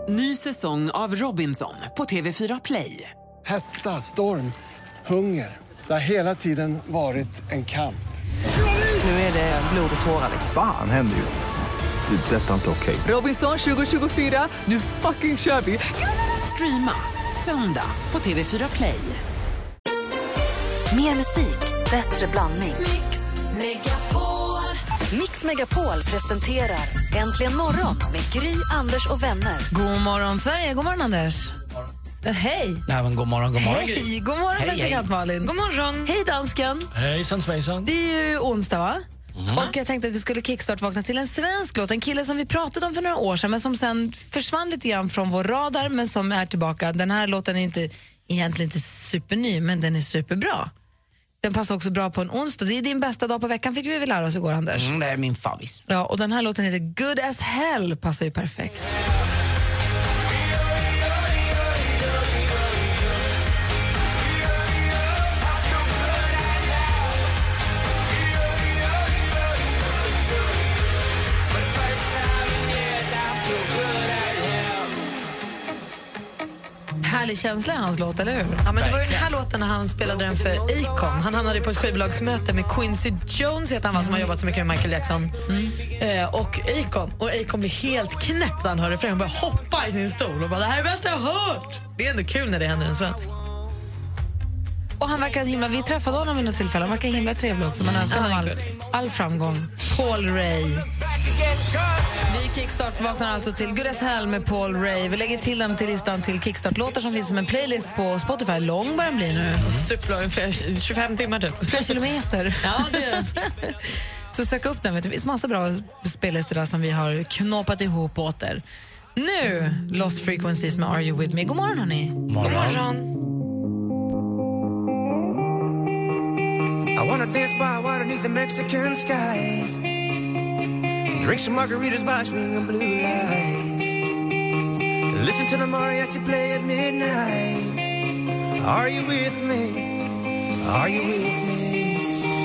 Ny säsong av Robinson på TV4 Play. Hetta, storm, hunger. Det har hela tiden varit en kamp. Nu är det blod och tårar. Fan händer just det. Det är detta inte okej. Robinson 2024, nu fucking kör vi. Streama söndag på TV4 Play. Mer musik, bättre blandning. Mix Megapol presenterar Äntligen morgon med Gry, Anders och vänner. God morgon Sverige, god morgon Anders. Hej. Nej, men god morgon Gry. Hej, god morgon praktikant Malin. God morgon. Hej dansken. Hejsan svejsan. Det är ju onsdag va? Och jag tänkte att vi skulle kickstart-vakna till en svensk låt. En kille som vi pratade om för några år sedan men som sen försvann lite grann från vår radar men som är tillbaka. Den här låten är egentligen inte superny men den är superbra. Den passar också bra på en onsdag. Det är din bästa dag på veckan fick vi väl lära oss igår Anders. Det är min favvis. Ja, och den här låten heter Good as Hell, passar ju perfekt. Härlig känsla i hans låt, eller hur? Ja, men det var ju den här låten när han spelade den för Akon. Han hamnade på ett skivbolagsmöte med Quincy Jones, heter han som har jobbat så mycket med Michael Jackson. Och Akon blir helt knäppt när han hör det. Han börjar hoppa i sin stol och bara, det här är det bästa jag har hört. Det är ändå kul när det händer en svensk. Och han verkar himla, vi träffade honom vid något tillfälle. Han verkar himla trevlig också. Man önskar honom all framgång. Paul Ray. Vi kickstart vaknar alltså till Good as Hell med Paul Ray. Vi lägger till dem till listan till kickstart-låtar som finns som en playlist på Spotify. Lång börjar den bli nu. Superlång, 25 timmar typ. Flera kilometer. Ja, det är det. Så sök upp den. Det finns massa bra spellistor där som vi har knåpat ihop åt er. Nu, Lost Frequencies med Are You With Me. God morgon, hörni. God morgon. I wanna dance by water beneath the Mexican sky. Drink some margaritas by swinging blue lights. Listen to the mariachi play at midnight. Are you with me? Are you with me?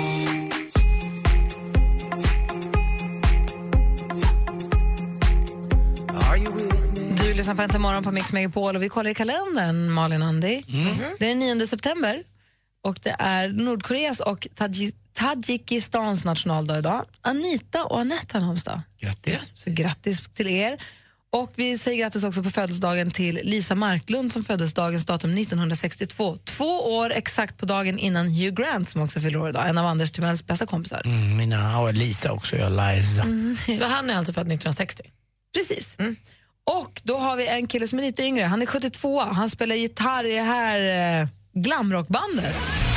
Are you with me? Du lyssnar på Äntligen morgon på Mix Megapol och vi kollar i kalendern, Malin och Andy. Det är den 9 september. Och det är Nordkoreas och Tadzjikistans nationaldag idag. Anita och Anette har namnsdag. Grattis. Så grattis till er. Och vi säger grattis också på födelsedagen till Lisa Marklund som föddes dagens datum 1962. 2 år exakt på dagen innan Hugh Grant som också fyller år idag. En av Anders Timells bästa kompisar. Och Lisa också, jag Liza. Så han är alltså född 1960? Precis. Och då har vi en kille som är lite yngre. Han är 72. Han spelar gitarr i det här glamrockbandet.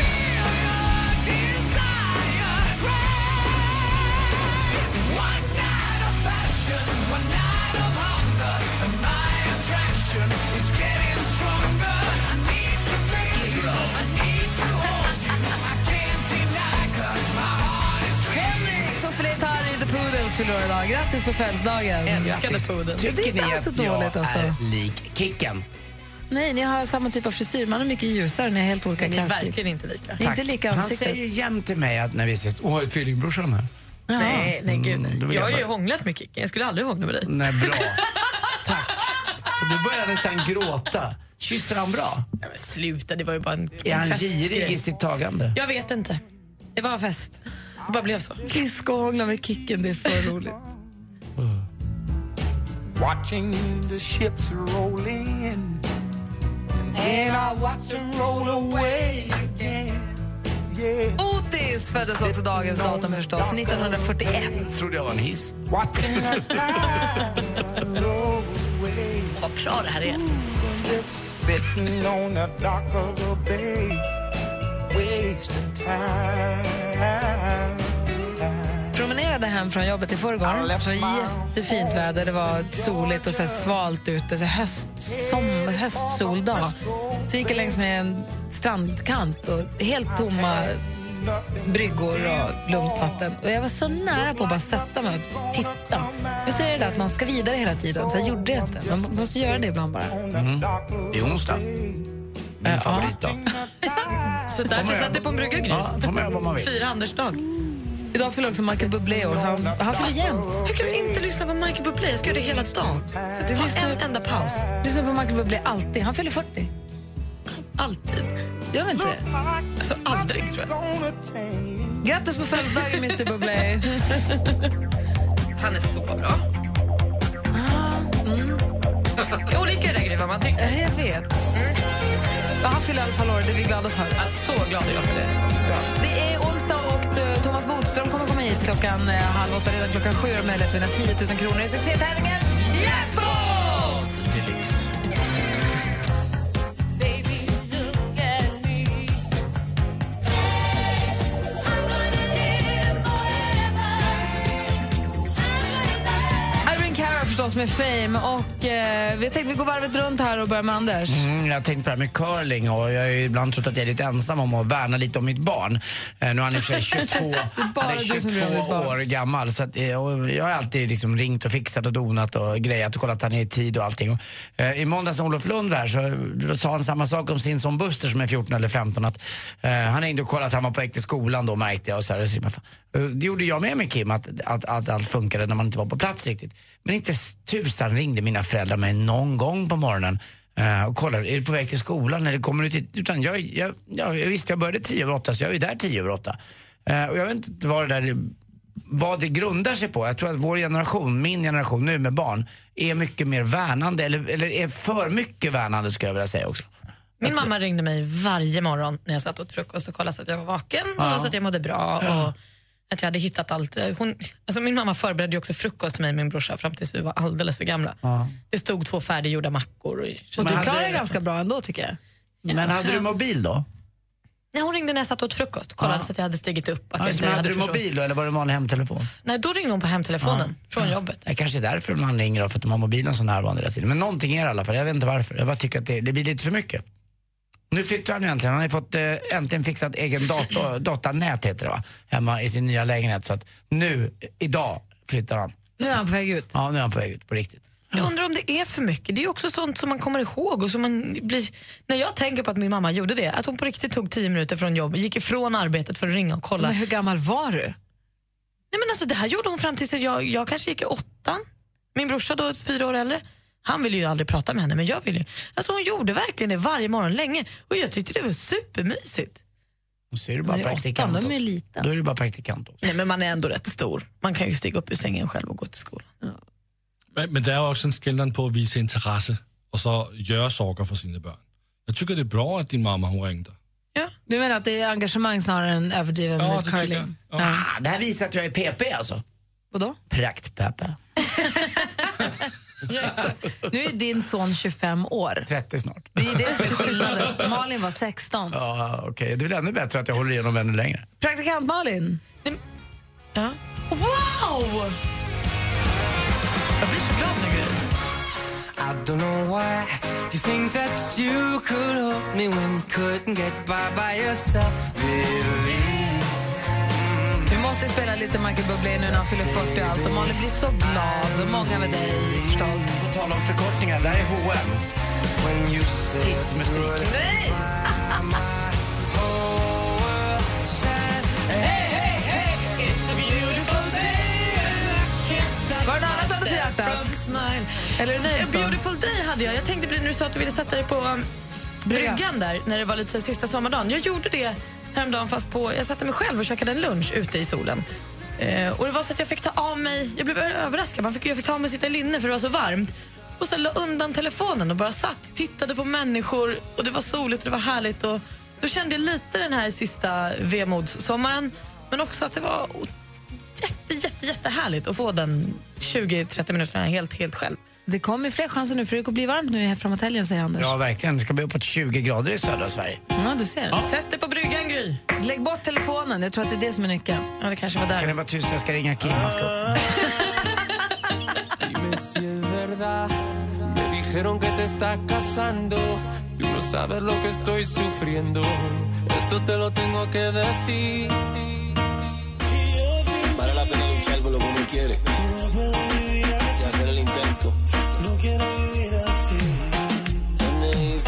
Fyller idag. Grattis på födelsedagen. Älskade foden. Tycker ni så att jag dåligt, alltså. är lik Kicken? Nej, ni har samma typ av frisyr. Man är mycket ljusare, ni är helt olika Ni är klassstil. verkligen inte lika. Ni är inte lika Han ansiktet. säger jämt till mig att när vi ses, tvillingbrorsan här. Nej, gud nej. då vill Jag har jag ju bara- hånglat med Kicken. Jag skulle aldrig hångla med dig. Nej, bra. Tack. Och du börjar nästan gråta. Kysser han bra? Ja, men sluta, det var ju bara en Är han festgrej. girig i sitt tagande? Jag vet inte. Det var fest. Det bara blev så. Fiskångla med Kicken, det är för roligt. Watching the ships roll in, and then I watch them roll away again. Yeah. Otis föddes också dagens datum förstås, 1941. Trodde jag var en hiss. Watching the tide roll away. Vad bra det här är. Just sitting on the dock of the bay, wasting time. Promenerade hem från jobbet i förrgår. Det var jättefint väder, det var soligt och så här svalt ute, så här höstsoldag. Så gick jag längs med en strandkant och helt tomma bryggor och lugnt vatten. Och jag var så nära på att bara sätta mig och titta. Men så är det där att man ska vidare hela tiden, så jag gjorde det inte. Man måste göra det ibland bara. I onsdag. Min favoritdag. Så därför satt det på en brygga, Gry. Ja, får man göra vad man vill. Fyra Anders dag. Idag fyller också Michael Bublé år, så han fyller jämt. Hur kan vi inte lyssna på Michael Bublé? Jag ska göra det hela dagen. Det är en enda paus. Lyssna på Michael Bublé alltid. Han fyller 40. Alltid. Jag vet inte. Alltså aldrig, tror jag. Grattis på födelsedagen, Mr. Bublé. Han är så bra. Olika där grejer vad man tycker. Jag vet. Han fyller i alla fall år, det är vi glada för. Jag är så glad jag för det. Bra. Det är onsdag och Thomas Bodström kommer komma hit klockan 7:30, redan klockan 7 och möjlighet att vinna 10 000 kronor i succétävlingen Jackpot! Deluxe. Förstås med Fame och vi tänkte vi går varvet runt här och börjar med Anders. Jag tänkte på det här med curling och jag har ju ibland trott att jag är lite ensam om att värna lite om mitt barn. Nu är han i och för sig 22, han är 22 år gammal så att, jag har alltid liksom ringt och fixat och donat och grejat och kollat att han är i tid och allting. Och, i måndags när Olof Lund var här så sa han samma sak om sin son Buster som är 14 eller 15 att han ringde och kollade att han var på väg till skolan då märkte jag och så här, det gjorde jag med Kim att allt funkade när man inte var på plats riktigt. Men inte tusan ringde mina föräldrar mig någon gång på morgonen och kollade, är du på väg till skolan eller kommer du till... Utan jag visste, jag började 10:08 så jag är där 10:08. Och jag vet inte vad det grundar sig på. Jag tror att vår generation, min generation nu med barn, är mycket mer värnande eller är för mycket värnande ska jag vilja säga också. Min mamma ringde mig varje morgon när jag satt åt frukost och kollade så att jag var vaken och så att jag mådde bra och att jag hade hittat allt. Min mamma förberedde ju också frukost till mig och min brorsa fram tills vi var alldeles för gamla. Det stod 2 färdiggjorda mackor. Och du klarade ganska bra ändå tycker jag. Men hade du mobil då? Nej, hon ringde när jag satt åt frukost och kollade så att jag hade stigit upp. Att jag inte hade du mobil då, eller var det en vanlig hemtelefon? Nej, då ringde hon på hemtelefonen från jobbet. Det kanske är därför man ringer då, för att de har mobilen så närvarande hela tiden. Men någonting är i alla fall, jag vet inte varför. Jag bara tycker att det blir lite för mycket. Nu flyttar han ju äntligen. Han har fått äntligen fixat egen datanät heter det va? Hemma i sin nya lägenhet. Så att idag flyttar han. Nu är han på väg ut. Ja, nu är han på väg ut, på riktigt. Jag undrar om det är för mycket. Det är också sånt som man kommer ihåg och som man blir... När jag tänker på att min mamma gjorde det, att hon på riktigt tog 10 minuter från jobb, gick ifrån arbetet för att ringa och kolla. Men hur gammal var du? Nej men alltså det här gjorde hon fram tills jag kanske gick i 8. Min brorsa då 4 år äldre. Han ville ju aldrig prata med henne, men jag ville ju. Alltså hon gjorde verkligen det varje morgon länge. Och jag tyckte det var supermysigt. Och så är det bara praktikant. De är lite. Då är det bara praktikant också. Nej, men man är ändå rätt stor. Man kan ju stiga upp ur sängen själv och gå till skolan. Ja. Men det är också en skillnad på att visa intresse och så göra saker för sina barn. Jag tycker det är bra att din mamma hon ringde. Ja. Du menar att det är engagemang snarare än överdriven curling? Ja. Det här visar att jag är PP alltså. Vadå? Praktpappa. Nu är din son 25 år. 30 snart. Det är det som är skillnaden. Malin var 16. Ja, okej. Det är väl ännu bättre att jag håller igenom ännu längre. Praktikant Malin. Ja. Wow! Jag blir så glad nu. I don't know why you think that you could help me when you couldn't get by yourself, really. Vi måste spela lite Michael Bublé nu när han fyller 40 och allt. Och Malin blir så glad. Och många med dig förstås. På tal om förkortningar, där är H&M. Hissmusik. Nej! Var det något annat som hade på hjärtat? Eller är du nöjd så? A beautiful day hade jag. Jag tänkte på det när du sa att du ville sätta dig på bryggan där när det var lite sista sommardagen. Jag gjorde det häromdagen fast jag satte mig själv och käkade en lunch ute i solen. Och det var så att jag fick ta av mig, jag blev överraskad, jag fick ta av mig sitta i linne för det var så varmt. Och så la undan telefonen och bara tittade på människor och det var soligt och det var härligt och då kände jag lite den här sista vemodssommaren men också att det var jättehärligt att få den 20-30 minuterna helt själv. Det kommer fler chanser nu för det kommer bli varmt nu här framåt helgen, säger Anders. Ja, verkligen. Det ska bli uppåt 20 grader i södra Sverige. Ja, du ser. Ja. Sätt dig på bryggan, Gry. Lägg bort telefonen. Jag tror att det är det som är nyckeln. Ja, det kanske var där. Kan det vara tyst? Jag ska ringa Kim. Han ska upp. Me dijeron que te estás casando. Tú no sabes lo que estoy sufriendo. Esto te lo tengo que decir. Vale la pena luchar por lo que uno quiere y hacer el intento. No quiero vivir así.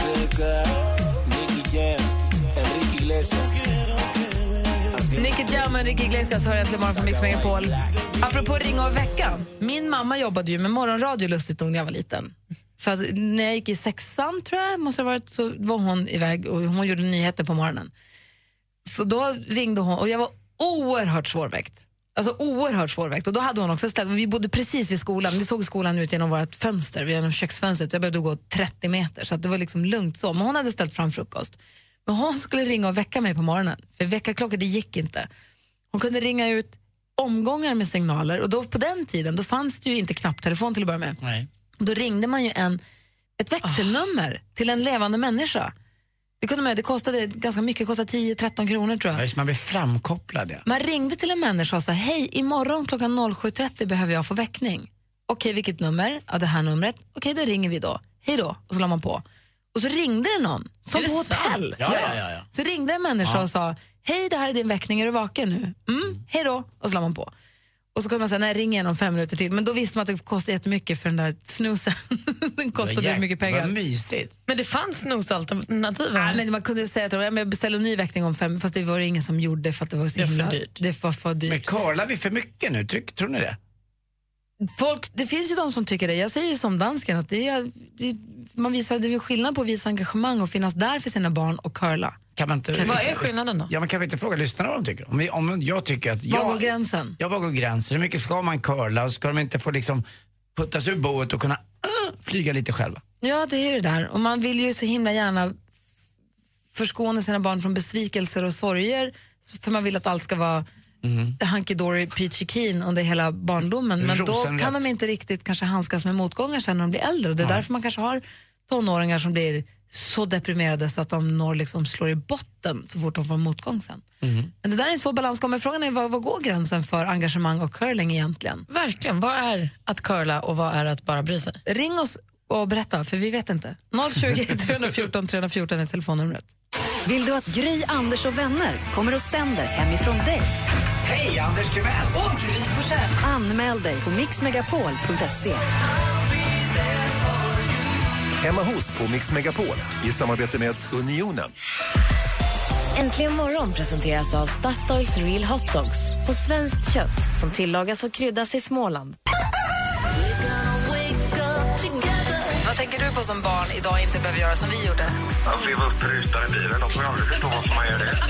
Nicky Jam, Enrique Iglesias. Nicky Jam med Enrique Iglesias hör äntligen morgon på Mix Megapol. Apropå ringa av veckan. Min mamma jobbade ju med morgonradio lustigt nog när jag var liten. För att när jag gick i 6:an tror jag måste ha varit, så var hon iväg och hon gjorde nyheter på morgonen. Så då ringde hon och jag var oerhört svårväckt. Alltså oerhört svårväckt. Och då hade hon också ställt, vi bodde precis vid skolan. Vi såg skolan ut genom vårt fönster, genom köksfönstret. Jag behövde gå 30 meter så att det var liksom lugnt så. Men hon hade ställt fram frukost. Men hon skulle ringa och väcka mig på morgonen. För väckarklockan, det gick inte. Hon kunde ringa ut omgångar med signaler. Och då på den tiden, då fanns det ju inte knapptelefon till att börja med. Nej. Då ringde man ju ett växelnummer till en levande människa. Det kostade ganska mycket, kostade 10-13 kronor tror jag. Ja, man blev framkopplad. Ja. Man ringde till en människa och sa, hej, imorgon klockan 07.30 behöver jag få väckning. Okej, vilket nummer? Ja, det här numret. Okej, då ringer vi då. Hej då. Och så la man på. Och så ringde det någon, som på hotell. Ja. Så ringde en människa och sa, hej, det här är din väckning, är du vaken nu? Hej då. Och så la man på. Och så kunde man säga, nej, ring igen om 5 minuter till. Men då visste man att det kostade jättemycket för den där snusen. Den kostade mycket pengar. Vad mysigt. Men det fanns snusalternativ. Men man kunde säga att jag beställer en ny väckning om 5, fast det var ingen som gjorde för att det var så himla dyrt. Det var för dyrt. Men curlar vi för mycket nu? Tror ni det? Det finns ju de som tycker det. Jag säger ju som dansken att det är skillnad på att visa engagemang och finnas där för sina barn och curla. Vad är skillnaden då? Ja, men kan vi inte fråga lyssnarna vad de tycker? Om jag tycker att... Var går gränsen? Ja, var går gränsen? Hur mycket ska man curla och ska de inte få liksom puttas ur boet och kunna flyga lite själva? Ja, det är det där. Och man vill ju så himla gärna förskåna sina barn från besvikelser och sorger, för man vill att allt ska vara hunky-dory, peachy keen under hela barndomen. Men då kan de inte riktigt kanske handskas med motgångar sen när de blir äldre. Och det är därför man kanske har tonåringar som blir så deprimerade så att de liksom slår i botten så fort de får motgång sen. Men det där är en svår balansgång. Men frågan är, vad går gränsen för engagemang och curling egentligen? Verkligen, vad är att curla och vad är att bara bry sig? Ring oss och berätta, för vi vet inte. 020 314 314 är telefonnumret. Vill du att Gry, Anders och vänner kommer och sänder hemifrån dig? Hej, Anders Timell! Och Gry Forssell. Anmäl dig på mixmegapol.se. Hemma hos på Mix Megapol i samarbete med Unionen. Äntligen morgon presenteras av Statoils Real Hot Dogs på svenskt kött som tillagas och kryddas i Småland. Vad tänker du på som barn idag inte behöver göra som vi gjorde? Att riva upp rutan i bilen, de får aldrig förstå varför man gör det.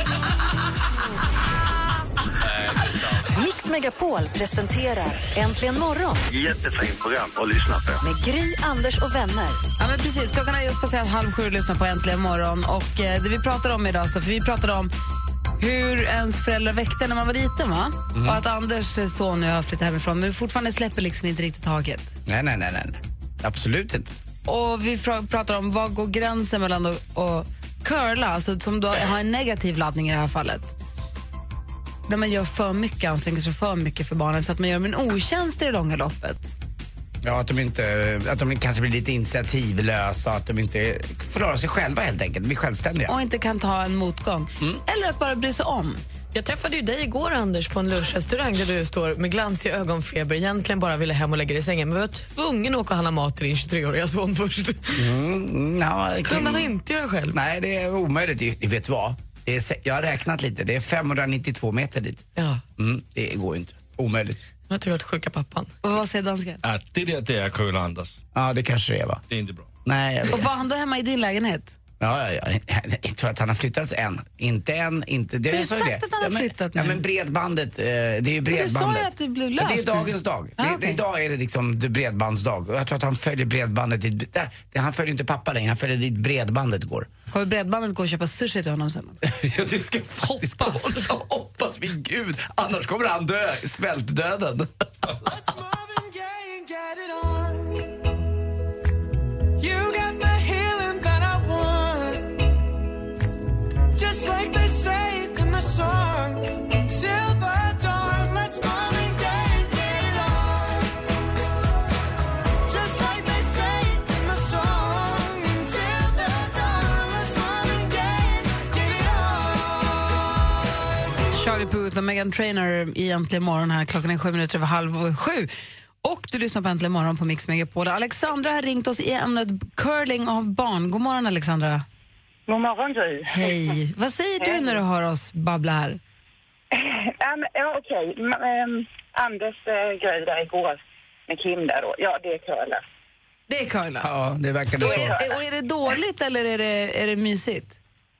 Mix Megapol presenterar Äntligen morgon. Jättefint program att lyssna på. Med Gry, Anders och vänner. Ja, men precis. Klockan är just passerat 6:30 och lyssnar på Äntligen morgon. Och det vi pratar om idag, så för vi pratar om hur ens föräldrar väckte när man var liten, va? Och att Anders son nu har flyttat hemifrån, men fortfarande släpper liksom inte riktigt taget. Nej. Absolut inte. Och vi pratar om vad går gränsen mellan och curla, alltså som då har en negativ laddning i det här fallet. Där man gör för mycket, anstränger sig för mycket för barnen så att man gör en otjänst i det långa loppet. Ja, att de kanske blir lite initiativlösa, att de inte får röra sig själva helt enkelt, blir självständiga. Och inte kan ta en motgång. Eller att bara bry sig om. Jag träffade ju dig igår, Anders, på en lunchrestaurang där du står med glans i ögonfeber, egentligen bara ville hem och lägga dig i sängen, men vi var tvungen att åka och handla mat till din 23-åriga son först. Kunde han inte göra själv? Nej, det är omöjligt. Du vet vad? Jag har räknat lite, det är 592 meter dit. Ja. Det går ju inte. Omöjligt. Jag tror att sjuka pappan. Och vad säger dansken? Ja, det är curla, Anders. Ja, det kanske det är, va? Det är inte bra. Nej, jag vet. Och var han då hemma i din lägenhet? Ja. Jag tror att han har flyttat än. Inte. Du har sagt att han har flyttat nu. Ja, men bredbandet, det är ju bredbandet. Men du sa ju att det blev löst. Det är dagens dag. Okay. Idag är det liksom bredbandsdag. Och jag tror att han följer bredbandet. Han följer inte pappa längre, han följer dit bredbandet går. Kommer bredbandet gå och köpa sushi till honom sen? Ja, det ska faktiskt hoppas vid Gud. Annars kommer han dö, svältdöden. Charlie Puth och Meghan Trainor i Äntligen morgon här. Klockan är 7:07. Och du lyssnar på Äntligen morgon på Mix Megapol. Alexandra har ringt oss i ämnet curling av barn. God morgon, Alexandra. God morgon, du. Hej. Vad säger du när du hör oss babbla här? Ja, okej. Anders grej där igår med Kim där då. Ja, det är curla. Det är curla? Ja, det verkar det så. Och är det dåligt eller är det mysigt?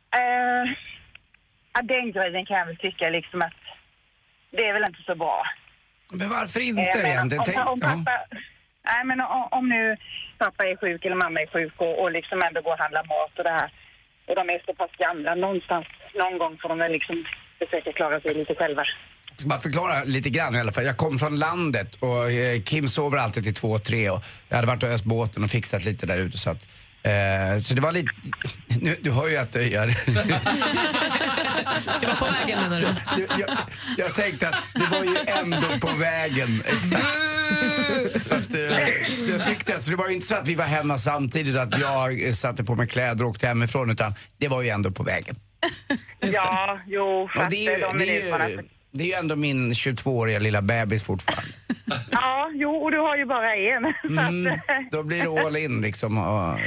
Ja, den grejen kan jag väl tycka liksom att det är väl inte så bra. Men varför inte egentligen? Om pappa... Nej, men om nu pappa är sjuk eller mamma är sjuk och liksom ändå går och handlar mat och det här. Och de är så pass gamla. Någon gång får de väl liksom försöka klara sig lite själva. Jag ska bara förklara lite grann i alla fall. Jag kom från landet och Kim sover alltid till 2-3 och jag hade varit och öst båten och fixat lite där ute så att... så det var lite... Du hör ju att du gör det. Det var på vägen menar du? Jag tänkte att det var ju ändå på vägen, exakt. Så att, jag tyckte att, så det var ju inte så att vi var hemma samtidigt att jag satte på mig kläder och åkte hemifrån utan det var ju ändå på vägen. Ja, jo, fast det är ju ändå min 22-åriga lilla bebis fortfarande. Ja, jo, och du har ju bara en. Då blir det all in liksom. Ja.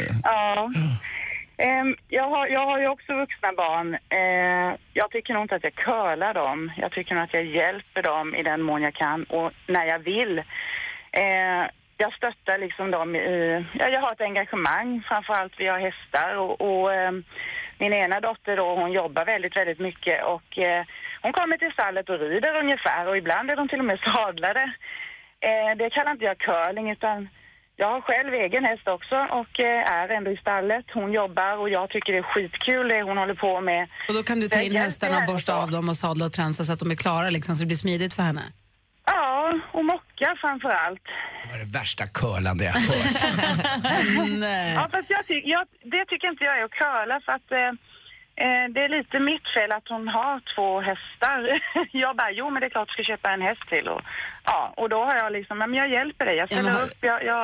Jag har ju också vuxna barn. Jag tycker nog inte att jag curlar dem. Jag tycker nog att jag hjälper dem i den mån jag kan och när jag vill. Jag stöttar liksom dem i... Jag har ett engagemang, framförallt vi har hästar och min ena dotter då, hon jobbar väldigt, väldigt mycket och hon kommer till stallet och rider ungefär och ibland är de till och med sadlade. Det kallar inte jag curling utan jag har själv egen häst också och är ändå i stallet. Hon jobbar och jag tycker det är skitkul det hon håller på med. Och då kan du ta in hästarna och borsta av dem och sadla och tränsa så att de är klara liksom, så det blir smidigt för henne? Ja, och mocka framför allt. Det var det värsta curlande jag hört. Nej. Ja, fast det tycker inte jag är att curla för att det är lite mitt fel att hon har 2 hästar. Jag bara, jo men det är klart du ska köpa en häst till och då har jag liksom, men jag hjälper dig, jag ställer upp,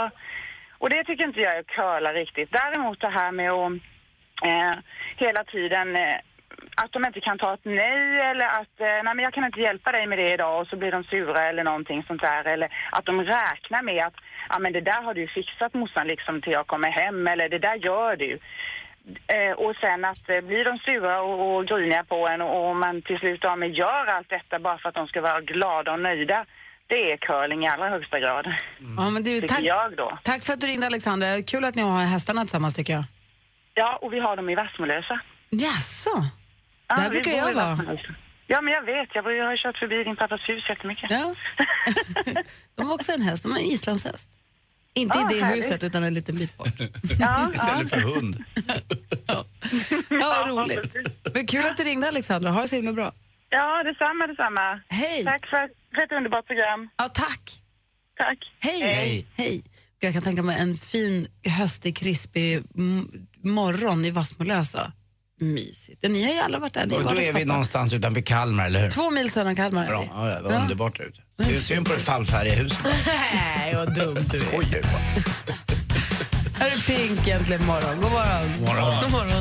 och det tycker inte jag är att curla riktigt. Däremot det här med att hela tiden att de inte kan ta ett nej eller att nej men jag kan inte hjälpa dig med det idag och så blir de sura eller någonting sånt där eller att de räknar med att ja men det där har du fixat morsan liksom till jag kommer hem eller det där gör du. Och sen att blir de sura och griniga på en och man till slut gör allt detta bara för att de ska vara glada och nöjda. Det är curling i allra högsta grad. Ja, men du, tack för att du ringde Alexandra. Kul att ni har hästarna tillsammans tycker jag. Ja, och vi har dem i Vassmolösa. Jaså? Där brukar jag vara. Ja, men jag vet. Jag har kört förbi din pappas hus jättemycket. Ja. De har också en häst. De har en islandshäst. Inte i det huset utan en liten bit bort. Ja, istället för hund. Ja, vad roligt. Men kul att du ringde Alexandra. Ha det så himla bra. Ja, detsamma. Hej. Tack för ett underbart program. Ja, tack. Tack. Hej. Jag kan tänka mig en fin, höstig, krispig morgon i Vassmolösa. Mysigt. Ni har ju alla varit där. Och då är vi någonstans utanför Kalmar, eller hur? 2 mil söder om Kalmar. Bra, ja, det var underbart ute. Det är synd på ett fallfärdiga hus. Nej, vad dumt du är. Skojar bara. Här är Pink egentligen morgon. God morgon. God morgon.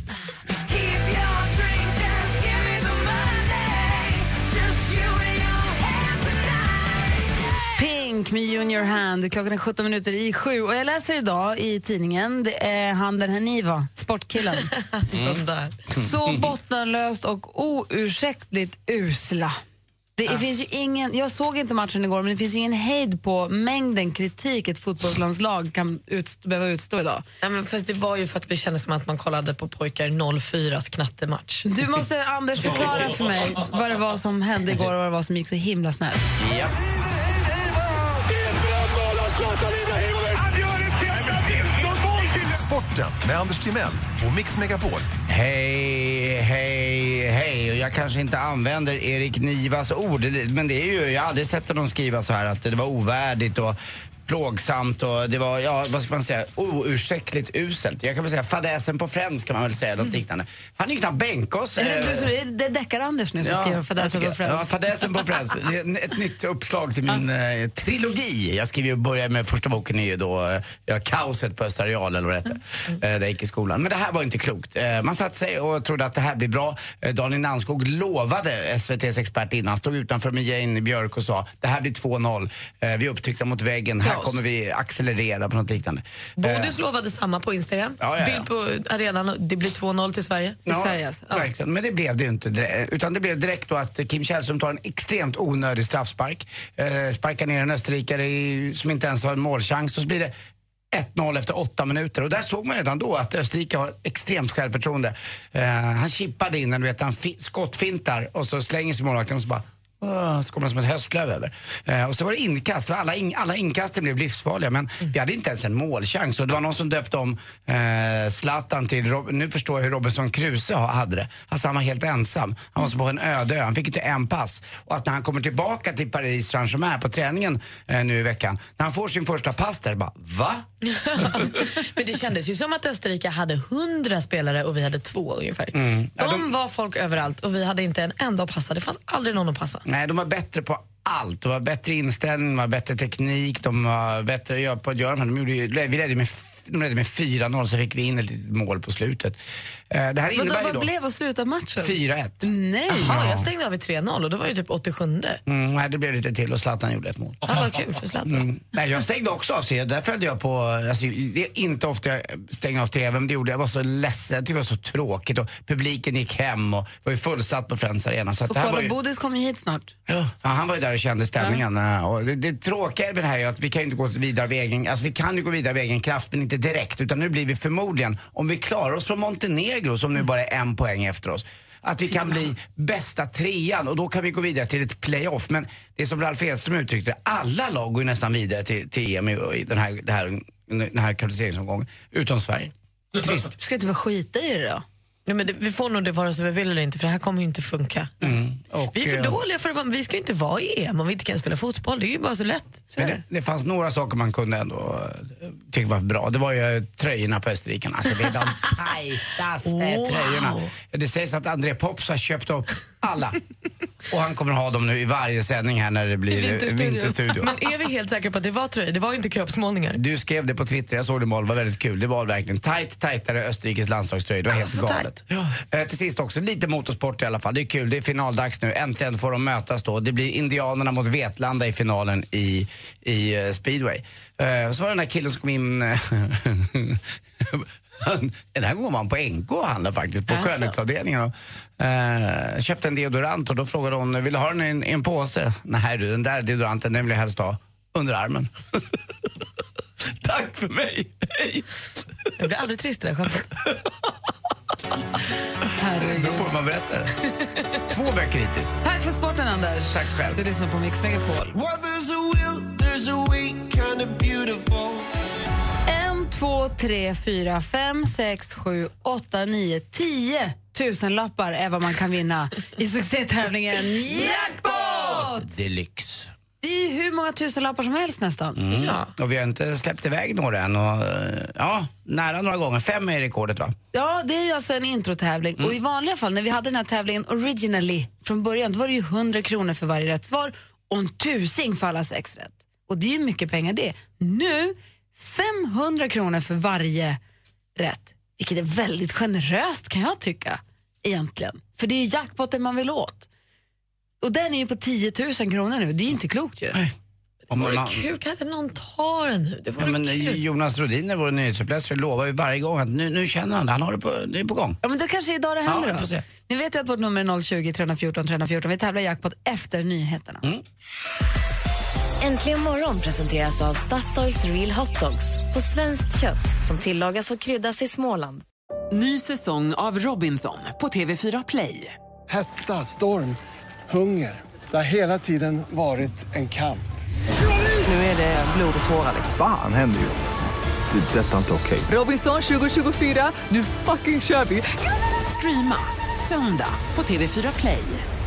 Pink med Junior Hand. Klockan är 17 minuter i 7. Och jag läser idag i tidningen, det är han den här Niva, sportkillen. Så bottnlöst och oursäktligt usla. Det finns ju ingen, jag såg inte matchen igår, men det finns ju ingen hejd på mängden kritik ett fotbollslandslag kan behöva utstå idag. Ja, men fast det var ju för att det kändes som att man kollade på pojkar 04s knattematch. Du måste, Anders, förklara för mig vad det var som hände igår och vad det var som gick så himla snällt. Ja. Sporten med Anders Timell och Mix Megapol. Hej. Och jag kanske inte använder Erik Nivas ord, men det är ju, jag har aldrig sett någon skriva så här att det var ovärdigt och plågsamt och det var, ja, vad ska man säga, oursäktligt uselt. Jag kan väl säga fadäsen på Friends kan man väl säga, något liknande. Han är ju knappt bänka oss. Det däckar Anders nu som skriver fadäsen på Friends. Ja, fadäsen på Friends. Ett nytt uppslag till min trilogi. Jag skriver ju, börjar med första boken är ju då Kaoset på Östarial eller vad det hette. Där jag gick i skolan. Men det här var inte klokt. Man satt sig och trodde att det här blir bra. Daniel Nanskog lovade SVT:s expert innan. Stod utanför med Jane Björk och sa det här blir 2-0. Vi upptryckta mot väggen. Här kommer vi accelerera på något liknande. Bodis lovade samma på Instagram. Bild på arenan, det blir 2-0 till Sverige. Sverige alltså. Verkligen. Men det blev det ju inte. Utan det blev direkt då att Kim Källström tar en extremt onödig straffspark. Sparkar ner en österrikare som inte ens har en målchans. Och så blir det 1-0 efter 8 minuter. Och där såg man redan då att Österrike har extremt självförtroende. Han chippade in, han skottfintar och så slänger sig målvakten och så bara så kommer det som ett höstlöv över. Och så var det inkast, för alla inkasten blev livsfarliga, men vi hade inte ens en målchans. Och det var någon som döpte om Zlatan till nu förstår jag hur Robinson Crusoe hade det. Alltså han var helt ensam. Han var så på en öde ö. Han fick inte en pass. Och att när han kommer tillbaka till Paris Saint-Germain på träningen nu i veckan, när han får sin första pass där, bara va? Men det kändes ju som att Österrike hade 100 spelare och vi hade 2 ungefär. De var folk överallt och vi hade inte en enda att passa. Det fanns aldrig någon att passa. Nej, de var bättre på allt. De var bättre inställning, de var bättre teknik, de var bättre på att göra. Vi ledde med 4-0, så fick vi in ett litet mål på slutet. Det här innebär vad blev att sluta matchen? 4-1. Nej, jag stängde av i 3-0 och då var det typ 87. Nej, det blev lite till och Zlatan gjorde ett mål. Vad kul för Zlatan. Nej, jag stängde också av sig. Där följde jag på, alltså, det är inte ofta jag stänger av tv, men det gjorde jag. Var så ledsen, jag tyckte det var så tråkigt och publiken gick hem och var ju fullsatt på Friends Arena. Så och kolla, Bodis kommer ju hit snart. Ja, han var ju där och kände stämningen. Och det tråkiga med det här är att vi kan ju inte gå vidare av egen, alltså vi kan ju gå vidare av egen kraft, men inte direkt, utan nu blir vi förmodligen, om vi klarar oss från Montenegro som nu bara är 1 poäng efter oss, att vi kan bli bästa 3:an och då kan vi gå vidare till ett playoff. Men det är som Ralf Edström uttryckte, alla lag går ju nästan vidare till EM i den här kvalificeringsomgången, utom Sverige. Trist. Ska inte bara skita i det då? Nej, men vi får nog det vare sig vi vill eller inte, för det här kommer ju inte funka. Vi är för dåliga för att vi ska inte vara i EM om vi inte kan spela fotboll. Det är ju bara så lätt. Men det fanns några saker man kunde ändå tycka var bra. Det var ju tröjorna på Österrike. Alltså det är de tajtaste tröjorna. Det sägs att André Pops har köpt upp alla. Och han kommer ha dem nu i varje sändning här när det blir vinterstudio. Men är vi helt säkra på att det var tröjor? Det var inte kroppsmålningar. Du skrev det på Twitter, jag såg det mål, var väldigt kul. Det var verkligen tajtare Österrikes landslagströjor. Det var helt galet. Till sist också, lite motorsport i alla fall. Det är kul, det är finaldags nu. Äntligen får de mötas då. Det blir Indianerna mot Vetlanda i finalen i speedway. Så var det den där killen som kom in... Den här gången var han på NK och handlade faktiskt på skönhetsavdelningen. Köpte en deodorant och då frågade hon, vill du ha den i en påse? Nej du, den där deodoranten den vill jag helst ha under armen. Tack för mig, hej! Jag blir aldrig trist det där skämtet. Herregud. Då får man berätta. 2 veckor hittills. Tack för sporten, Anders. Tack själv. Du lyssnar på Mix Megapol. 1, 2, 3, 4, 5, 6, 7, 8, 9, 10 000 lappar är vad man kan vinna i succétävlingen Jackpot Deluxe. Det är hur många tusenlappar som helst nästan. Ja. Och vi har inte släppt iväg några än. Och, nära några gånger. 5 är rekordet, va? Ja, det är ju alltså en introtävling. Och i vanliga fall, när vi hade den här tävlingen originally från början, då var det ju 100 kronor för varje rätt svar och en 1000 för alla 6 rätt. Och det är ju mycket pengar det. Nu 500 kronor för varje rätt. Vilket är väldigt generöst, kan jag tycka, egentligen. För det är ju jackpotten man vill åt. Och den är ju på 10 000 kronor nu. Det är ju inte klokt ju. Nej. Det vore kul, kan inte någon ta den nu? Det vore kul. Jonas Rodiner, vår nyhetsuppläsare, lovar ju varje gång att nu känner han det. Han har det är på gång. Ja, men då kanske idag det händer då. Ni vet ju att vårt nummer är 020 314 314. Vi tävlar jackpot efter nyheterna. Äntligen morgon presenteras av Statoils Real Hot Dogs på svenskt kött som tillagas och kryddas i Småland. Ny säsong av Robinson på TV4 Play. Hetta, storm, hunger. Det har hela tiden varit en kamp. Nu är det blod och tårar. Fan händer just det. Det är detta inte okej. Robinson 2024, nu fucking kör vi. Streama söndag på TV4 Play.